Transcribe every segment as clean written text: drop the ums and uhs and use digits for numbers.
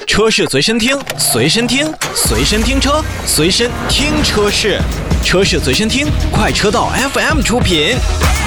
车是随身听，随身听，随身听车，随身听车是，车是随身听，快车道 FM 出品。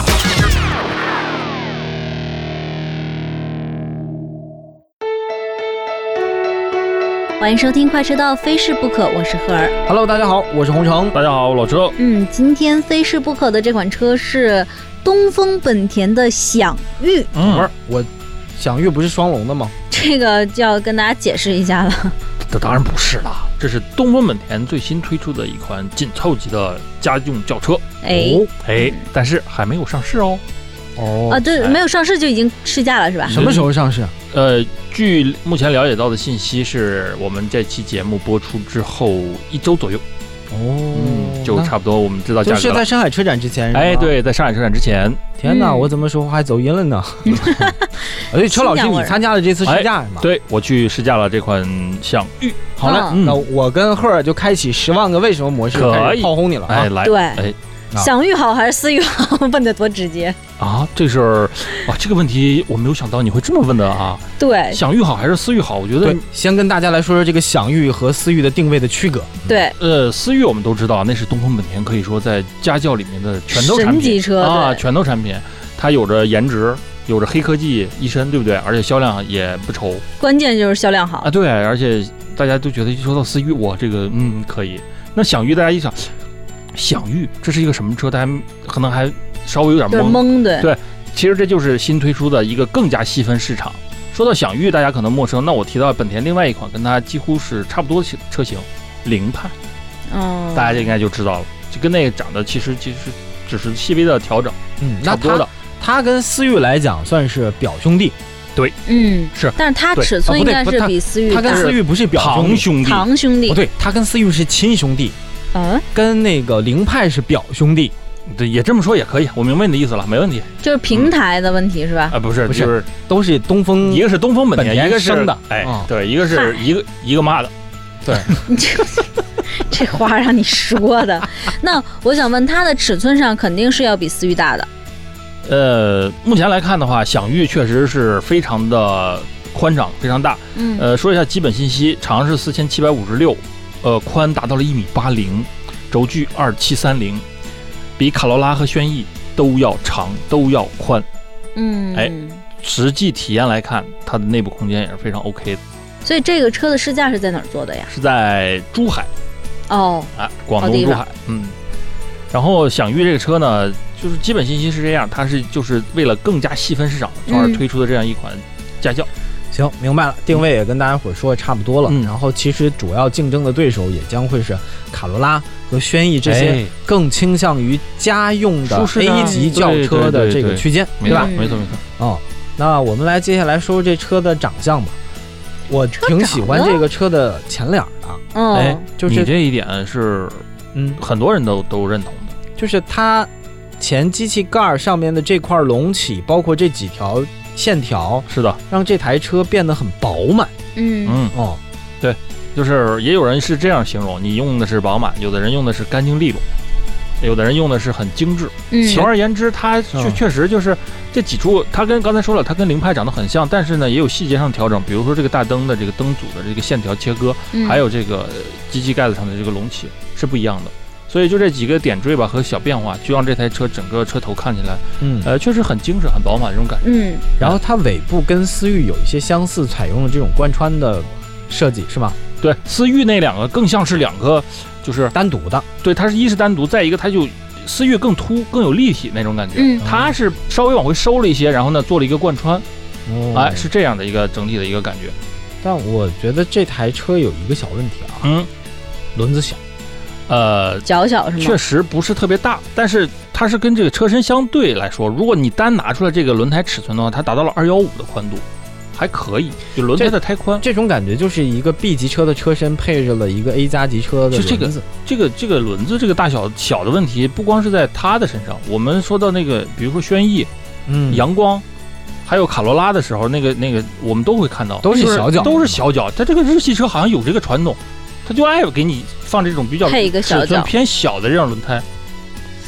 欢迎收听快车道非试不可，我是赫尔。 Hello， 大家好，我是洪城。 大家好，我老车。 今天非试不可的这款车是东风本田的享域。 不是，我享域不是双龙的吗？ 这个就要跟大家解释一下了。 这当然不是啦，这是东风本田最新推出的一款紧凑级的家用轿车。但是还没有上市哦。 对，没有上市就已经试驾了是吧？ 什么时候上市？ 据目前了解到的信息是我们这期节目播出之后1周左右。就差不多我们知道价格了。 就是在上海车展之前。 对，在上海车展之前。 天哪，我怎么说话还走音了呢？所以车老师，你参加了这次试驾是吗？ 对，我去试驾了这款享域。 好了，那我跟赫尔就开启10万个为什么模式，开始炮轰你了啊！ 来， 对，享域好还是思域好？问得多直接啊！这事儿这个问题我没有想到你会这么问的啊！ 对， 享域好还是思域好？我觉得先跟大家来说说这个享域和思域的定位的区隔。 对， 思域我们都知道，那是东风本田可以说在家轿里面的拳头产品， 神级车啊，拳头产品，它有着颜值，有着黑科技一身，对不对？而且销量也不愁，关键就是销量好啊！对，而且大家都觉得一说到思域，哇，这个可以。那享域大家一想，享域这是一个什么车？大家可能还稍微有点懵，对，其实这就是新推出的一个更加细分市场。说到享域，大家可能陌生，那我提到本田另外一款跟它几乎是差不多的车型，凌派，大家应该就知道了，就跟那个长得其实只是细微的调整，差不多的。 它跟思域来讲算是表兄弟。 对，是， 但是它尺寸应该是比思域大， 它跟思域不是表兄弟， 堂兄弟， 不对，它跟思域是亲兄弟，跟那个凌派是表兄弟。 对，也这么说也可以，我明白你的意思了，没问题。 就是平台的问题是吧？ 不是，就是都是东风， 一个是东风本田，一个是生的， 对，一个是一个妈的， 对。 这话让你说的。那我想问，它的尺寸上肯定是要比思域大的。 目前来看的话，享域确实是非常的宽敞，非常大。说一下基本信息，长是4756，宽达到了1.80米，轴距2730，比卡罗拉和轩逸都要长，都要宽。实际体验来看，它的内部空间也是非常 OK 的。 所以这个车的试驾是在哪儿做的呀？ 是在珠海。广东珠海。然后享域这个车呢，就是基本信息是这样，它是就是为了更加细分市场从而推出的这样一款家轿。 行，明白了，定位也跟大家伙说的差不多了。然后其实主要竞争的对手也将会是卡罗拉和轩逸这些更倾向于家用的 A 级轿车的这个区间， 对吧？没错。 那我们来接下来说这车的长相吧。我挺喜欢这个车的前脸的。就是你这一点是很多人都认同的， 就是它前机器盖上面的这块隆起，包括这几条线条， 是的， 让这台车变得很饱满。 对，就是也有人是这样形容，你用的是饱满，有的人用的是干净利落，有的人用的是很精致。总而言之，它确实就是这几处，它跟刚才说了，它跟凌派长得很像，但是呢也有细节上调整，比如说这个大灯的这个灯组的这个线条切割，还有这个机器盖子上的这个隆起是不一样的。所以就这几个点缀吧和小变化，就让这台车整个车头看起来，确实很精致、很饱满这种感觉。 然后它尾部跟思域有一些相似，采用了这种贯穿的设计，是吗？ 对，思域那两个更像是两个就是单独的。 对，它是一是单独，再一个它就思域更凸、更有立体那种感觉。它是稍微往回收了一些，然后呢做了一个贯穿，是这样的一个整体的一个感觉。 但我觉得这台车有一个小问题啊，轮子小。 脚小是吗？ 确实不是特别大，但是它是跟这个车身相对来说，如果你单拿出来这个轮胎尺寸的话，它达到了215的宽度，还可以，就轮胎的胎宽。 这种感觉就是一个 B 级车的车身配着了一个 A 加级车的轮子。 这个轮子这个大小的问题，不光是在它的身上，我们说到那个，比如说轩逸、阳光，还有卡罗拉的时候，那个我们都会看到， 都是小脚， 它这个日系车好像有这个传统。他就爱给你放这种比较尺寸偏小的这样轮胎，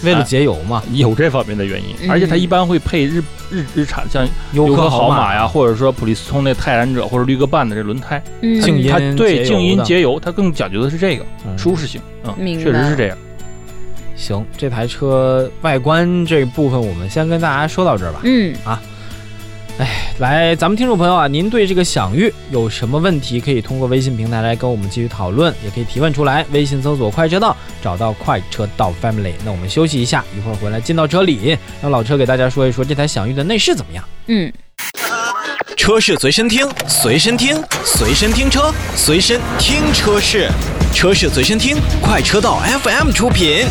为了节油嘛， 有这方面的原因。而且它一般会配日产，像优客豪马呀，或者说普利司通那泰然者或者绿歌伴的这轮胎， 它对静音节油，它更讲究的是这个舒适性。确实是这样。 行，这台车外观这部分我们先跟大家说到这儿吧。来，咱们听众朋友啊，您对这个享域有什么问题，可以通过微信平台来跟我们继续讨论，也可以提问出来。微信搜索快车道，找到快车道 Family。那我们休息一下，一会儿回来进到车里，让老车给大家说一说这台享域的内饰怎么样。 车是随身听，随身听，随身听车，随身听车是，车是随身听，快车道 FM 出品。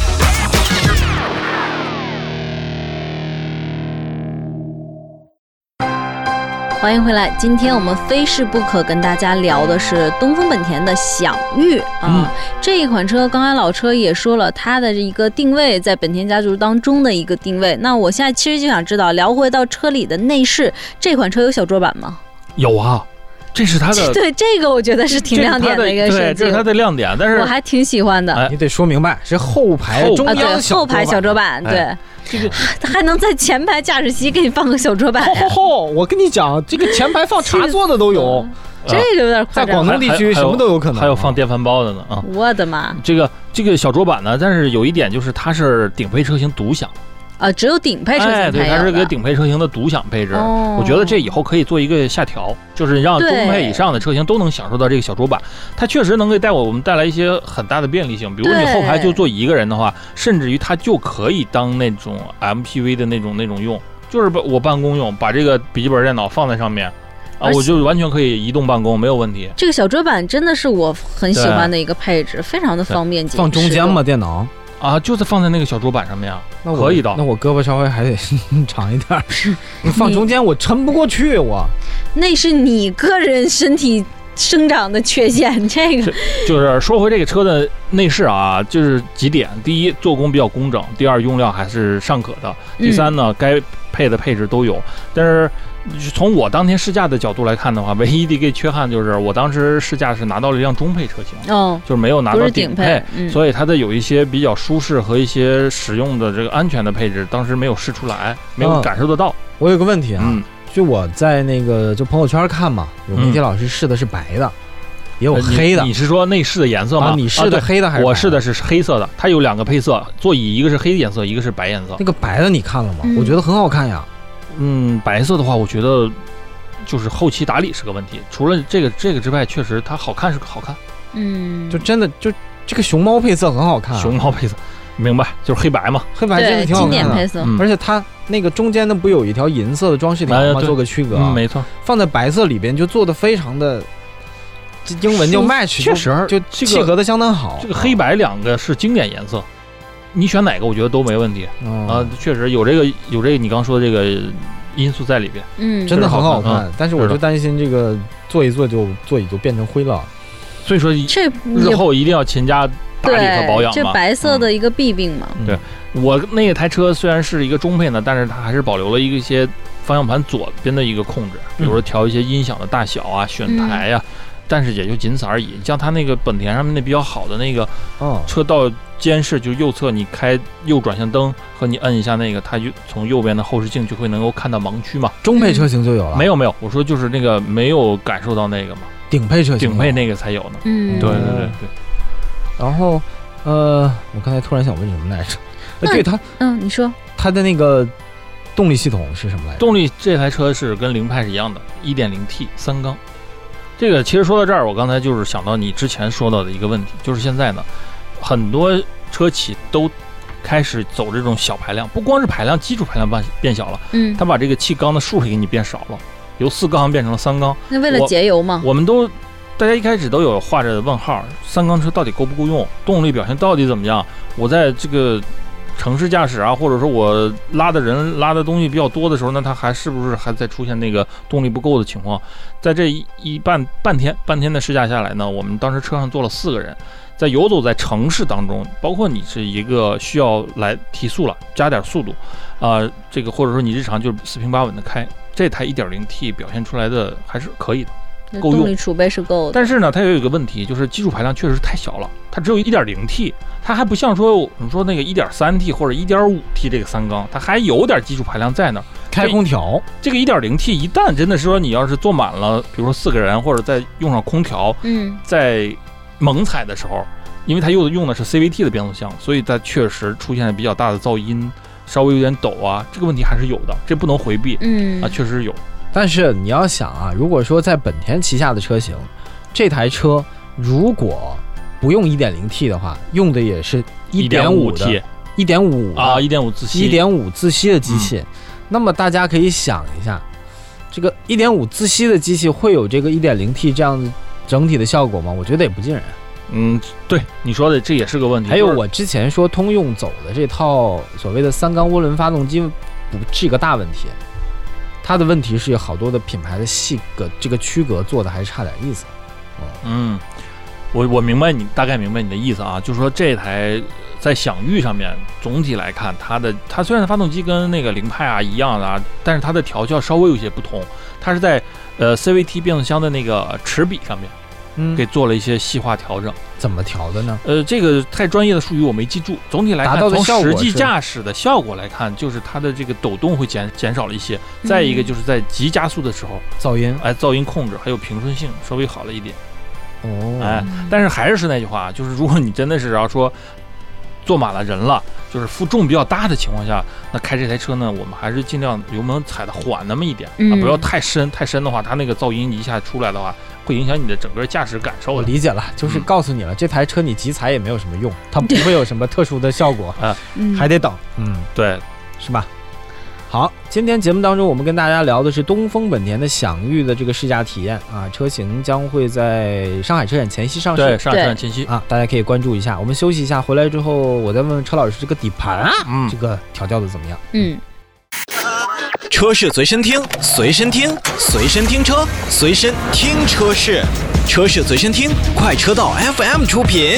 欢迎回来，今天我们非试不可跟大家聊的是东风本田的享域啊。这一款车，刚才老车也说了，它的一个定位在本田家族当中的一个定位。那我现在其实就想知道，聊回到车里的内饰，这款车有小桌板吗？ 有啊。这是它的， 对，这个我觉得是挺亮点的一个设计， 对，这是它的亮点。但是我还挺喜欢的。 你得说明白，是后排中央后排小桌板，对， 这个它还能在前排驾驶席给你放个小桌板。 我跟你讲，这个前排放茶座的都有， 这个有点夸张。 在广东地区什么都有可能， 还有放电饭煲的呢啊！ 我的妈！ 这个小桌板呢，但是有一点就是它是顶配车型独享。 只有顶配车型才有的。 对，它是个顶配车型的独享配置。我觉得这以后可以做一个下调，就是让中配以上的车型都能享受到这个小桌板。它确实能给我们带来一些很大的便利性。比如你后排就坐一个人的话，甚至于它就可以当那种 MPV 的那种用，就是我办公用，把这个笔记本电脑放在上面。我就完全可以移动办公，没有问题。 这个小桌板真的是我很喜欢的一个配置，非常的方便。 放中间吗？电脑？ 就是放在那个小桌板上面啊，可以的。 那我胳膊稍微还得长一点，你放中间我撑不过去。 那是你个人身体生长的缺陷。这个就是说回这个车的内饰啊，就是几点：第一，做工比较工整；第二，用料还是尚可的；第三呢，该配的配置都有。但是从我当天试驾的角度来看的话，唯一的一个缺憾就是我当时试驾是拿到了一辆中配车型，就是没有拿到顶配，所以它的有一些比较舒适和一些使用的这个安全的配置，当时没有试出来，没有感受得到。 我有个问题啊，就我在那个就朋友圈看嘛，有媒体老师试的是白的，也有黑的。 你是说内饰的颜色吗？ 你试的黑的还是？ 我试的是黑色的，它有两个配色，座椅一个是黑颜色，一个是白颜色。 那个白的你看了吗？我觉得很好看呀。 白色的话，我觉得就是后期打理是个问题。除了这个之外，确实它好看是好看。 就真的就这个熊猫配色很好看。 熊猫配色，明白，就是黑白嘛， 黑白真的挺好看的。 经典配色。 而且它那个中间的不有一条银色的装饰条吗？做个区隔。 没错。 放在白色里边就做的非常的，英文叫 match， 确实就契合的相当好。 这个黑白两个是经典颜色。你选哪个我觉得都没问题确实有这个你刚说的这个因素在里边， 真的很好看。但是我就担心这个坐一坐座椅就变成灰了， 所以说日后一定要勤加打理和保养嘛。 这白色的一个弊病嘛。 对，我那台车虽然是一个中配呢，但是它还是保留了一些方向盘左边的一个控制，比如说调一些音响的大小啊、选台呀。但是也就仅此而已。像它那个本田上面那比较好的那个车道监视，就右侧你开右转向灯和你摁一下那个，它就从右边的后视镜就会能够看到盲区嘛。 中配车型就有了？ 没有，我说就是那个没有感受到那个嘛。 顶配车型， 顶配那个才有呢。对。 然后我刚才突然想问什么来着？对它， 你说它的那个动力系统是什么来着？ 动力这台车是跟凌派是一样的 1.0T 3缸。这个其实说到这儿，我刚才就是想到你之前说到的一个问题，就是现在呢，很多车企都开始走这种小排量，不光是排量，基础排量变小了，它把这个气缸的数给你变少了，由4缸变成了3缸。 那为了节油嘛， 大家一开始都有画着问号，3缸车到底够不够用，动力表现到底怎么样？我在这个城市驾驶啊，或者说我拉的东西比较多的时候呢，它还是不是还在出现那个动力不够的情况？在这半天的试驾下来呢，我们当时车上坐了4个人，在游走在城市当中，包括你是一个需要来提速了，加点速度这个或者说你日常就是4平8稳的开，这台 1.0T 表现出来的还是可以的。 够用， 动力储备是够的。 但是呢，它有一个问题，就是基础排量确实太小了，它只有 1.0T， 它还不像说我们说那个 1.3T 或者 1.5T 这个3缸，它还有点基础排量在那儿。 开空调， 这个 1.0T 一旦真的是说你要是坐满了，比如说4个人，或者再用上空调，在猛踩的时候，因为它用的是 CVT 的变速箱，所以它确实出现了比较大的噪音，稍微有点抖啊，这个问题还是有的，这不能回避。确实有。但是你要想啊，如果说在本田旗下的车型，这台车如果不用 1.0T 的话，用的也是 1.5 的 1.5 啊，1.5自吸 1.5自吸的机器，那么大家可以想一下，这个 1.5 自吸的机器会有这个 1.0T 这样整体的效果吗？我觉得也不尽然。 对你说的这也是个问题。 还有我之前说通用走的这套所谓的3缸涡轮发动机不是一个大问题，它的问题是有好多的品牌的细格这个区隔做的还是差点意思。 我明白你大概明白你的意思啊，就是说这台在享域上面总体来看，它虽然发动机跟那个凌派啊一样的啊，但是它的调教稍微有些不同，它是在CVT 变速箱的那个齿比上面给做了一些细化调整。 怎么调的呢？ 这个太专业的术语我没记住。总体来看，从实际驾驶的效果来看，就是它的这个抖动会减少了一些。再一个就是在急加速的时候，噪音控制还有平顺性稍微好了一点。但是还是那句话，就是如果你真的是要说坐满了人了，就是负重比较大的情况下，那开这台车呢，我们还是尽量油门踩的缓那么一点，不要太深的话，它那个噪音一下出来的话，会影响你的整个驾驶感受。 我理解了，就是告诉你了，这台车你急踩也没有什么用，它不会有什么特殊的效果还得等。 对， 是吧？好，今天节目当中我们跟大家聊的是东风本田的享域的这个试驾体验啊，车型将会在上海车展前夕上市。 对，上海车展前夕啊，大家可以关注一下。我们休息一下，回来之后我再问问车老师，这个底盘这个调教的怎么样？ 车是随身听，随身听，随身听车，随身听车是，车是随身听，快车道 FM 出品。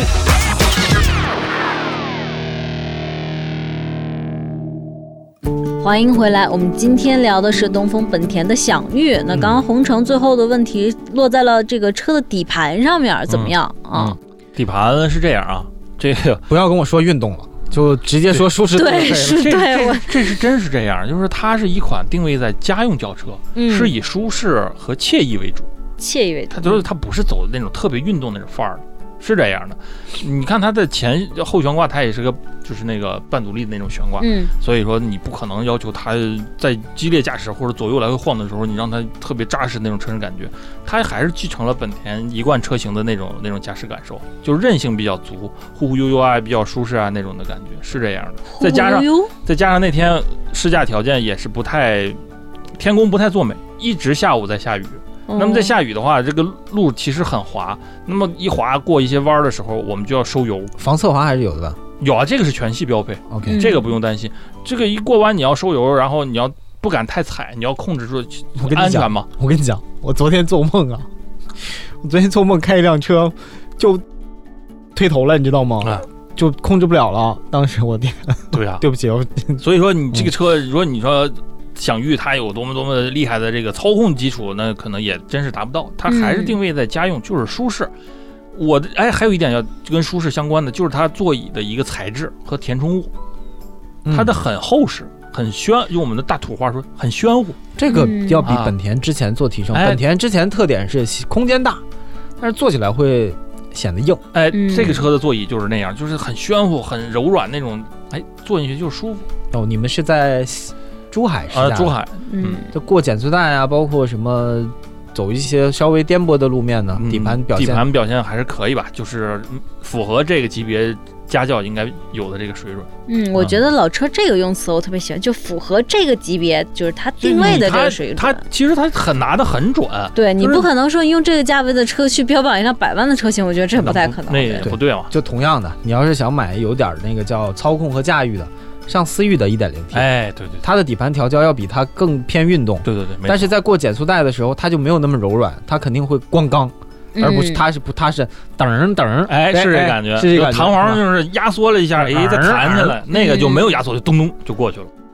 欢迎回来，我们今天聊的是东风本田的享域。那刚刚宏成最后的问题落在了这个车的底盘上面，怎么样啊？ 底盘是这样啊，这个不要跟我说运动了，就直接说舒适度。 对， 这是真是这样，就是它是一款定位在家用轿车，是以舒适和惬意为主。它不是走的那种特别运动那种范儿。是这样的，你看它的前后悬挂，它也是个就是那个半独立的那种悬挂，所以说你不可能要求它在激烈驾驶或者左右来回晃的时候，你让它特别扎实那种车身感觉，它还是继承了本田一贯车型的那种驾驶感受，就是韧性比较足，忽忽悠悠啊，比较舒适啊那种的感觉，是这样的。再加上那天试驾条件也是天公不太作美，一直下午在下雨。那么在下雨的话，这个路其实很滑，那么一滑过一些弯的时候，我们就要收油。 防侧滑还是有的吧？ 有啊，这个是全系标配。 OK， 这个不用担心。这个一过弯你要收油，然后你要不敢太踩，你要控制住安全嘛。 我跟你讲，我昨天做梦开一辆车就推头了，你知道吗？就控制不了了。当时我天， 对啊， 对不起。 所以说你这个车，如果你说享域它有多么厉害的这个操控基础，那可能也真是达不到。它还是定位在家用，就是舒适。还有一点要跟舒适相关的，就是它座椅的一个材质和填充物，它的很厚实，很宣，用我们的大土话说很宣乎。 这个要比本田之前做提升。本田之前特点是空间大，但是坐起来会显得硬。 这个车的座椅就是那样，就是很宣乎、很柔软那种，坐进去就是舒服。 你们是在珠海试驾？ 珠海， 就过减速带啊，包括什么走一些稍微颠簸的路面呢，底盘表现还是可以吧，就是符合这个级别家轿应该有的这个水准。 我觉得老车这个用词我特别喜欢，就符合这个级别，就是它定位的这个水准。 它其实它拿得很准。 对，你不可能说用这个价位的车去标榜一辆100万的车型，我觉得这不太可能。 那也不对嘛。 就同样的，你要是想买有点那个叫操控和驾驭的，上思域的 1.0T， 对， 它的底盘调教要比它更偏运动， 对， 但是在过减速带的时候，它就没有那么柔软，它肯定会咣刚，而不是它是噔， 是这感觉， 是这感觉， 弹簧就是压缩了一下，再弹起来，那个就没有压缩，就咚咚就过去了。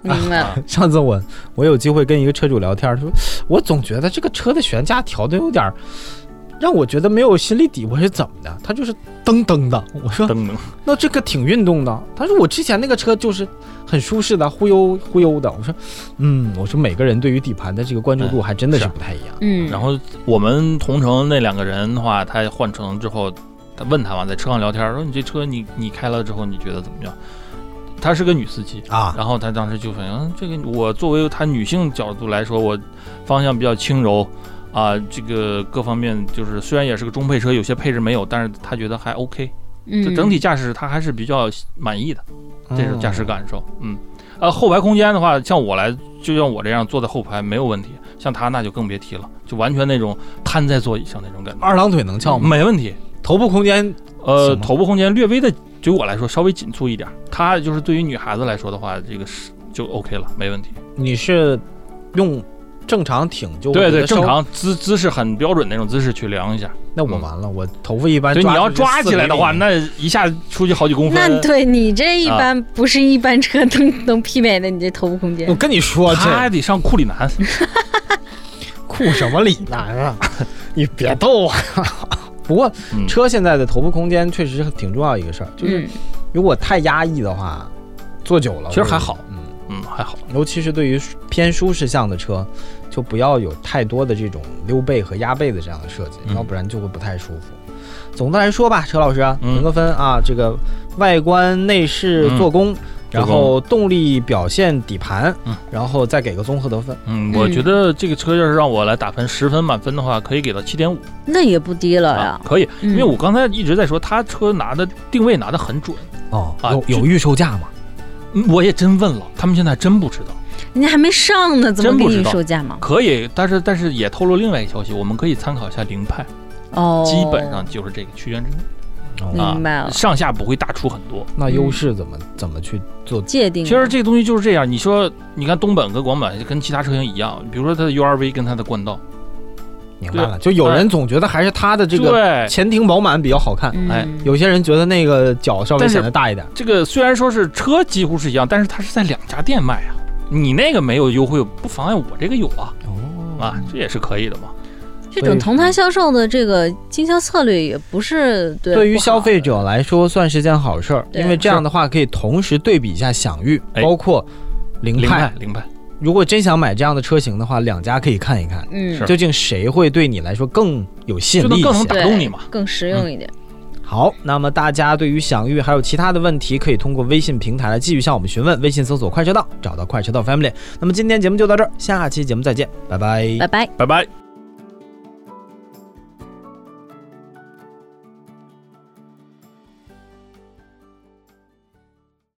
明白了。 上次我有机会跟一个车主聊天，他说我总觉得这个车的悬架调的有点让我觉得没有心里底，我是怎么的？他就是噔噔的。我说噔噔， 那这个挺运动的。他说我之前那个车就是很舒适的，忽悠忽悠的。我说我说每个人对于底盘的这个关注度还真的是不太一样。 然后我们同城那2个人的话，他换成之后，他问他嘛，在车上聊天说你这车你开了之后你觉得怎么样？她是个女司机啊，然后她当时就反映这个我作为她女性角度来说，我方向比较轻柔。这个各方面就是虽然也是个中配车，有些配置没有，但是他觉得还 OK，就整体驾驶他还是比较满意的，这种驾驶感受。后排空间的话，像我这样坐在后排没有问题，像他那就更别提了，就完全那种瘫在座椅上那种感觉。 2郎腿能翘吗？ 没问题。 头部空间头部空间略微的，对我来说稍微紧促一点，他就是对于女孩子来说的话，这个就 OK 了，没问题。 你是用正常挺就对，正常姿势很标准那种姿势去量一下。 那我完了，我头发一般， 对，你要抓起来的话，那一下出去好几公分。 那对你这一般不是一般车能媲美的，你这头部空间。 我跟你说， 他还得上库里南。 库什么里南啊？你别逗啊！不过车现在的头部空间确实是挺重要一个事儿，就是如果太压抑的话，坐久了其实还好。还好， 尤其是对于偏舒适向的车，就不要有太多的这种溜背和压背的这样的设计，要不然就会不太舒服。总的来说吧，车老师评个分啊，这个外观、内饰、做工，然后动力表现、底盘，然后再给个综合得分。 我觉得这个车要是让我来打分10分满分的话，可以给到7.5， 那也不低了呀。 可以，因为我刚才一直在说，他车定位拿的很准。 有预售价吗？ 我也真问了，他们现在真不知道， 人家还没上呢，怎么给你售价吗？ 可以，但是也透露另外一个消息，我们可以参考一下凌派，基本上就是这个区间之内， 明白了， 上下不会大出很多。 那优势怎么去做界定？ 其实这个东西就是这样，你看东本跟广本跟其他车型一样，比如说它的 URV 跟它的冠道。 明白了，就有人总觉得还是它的这个前庭饱满比较好看，有些人觉得那个脚稍微显得大一点。 这个虽然说是车几乎是一样，但是它是在2家店卖啊，你那个没有优惠，不妨碍我这个有啊，这也是可以的嘛。 这种同台销售的这个经销策略也不是对于消费者来说算是件好事儿，因为这样的话可以同时对比一下享域，包括凌派。如果真想买这样的车型的话，2家可以看一看，究竟谁会对你来说更有吸引力， 更能打动你嘛， 更实用一点。 好，那么大家对于享域还有其他的问题，可以通过微信平台来继续向我们询问，微信搜索快车道，找到快车道 Family。那么今天节目就到这儿，下期节目再见，拜拜， 拜拜， 拜拜。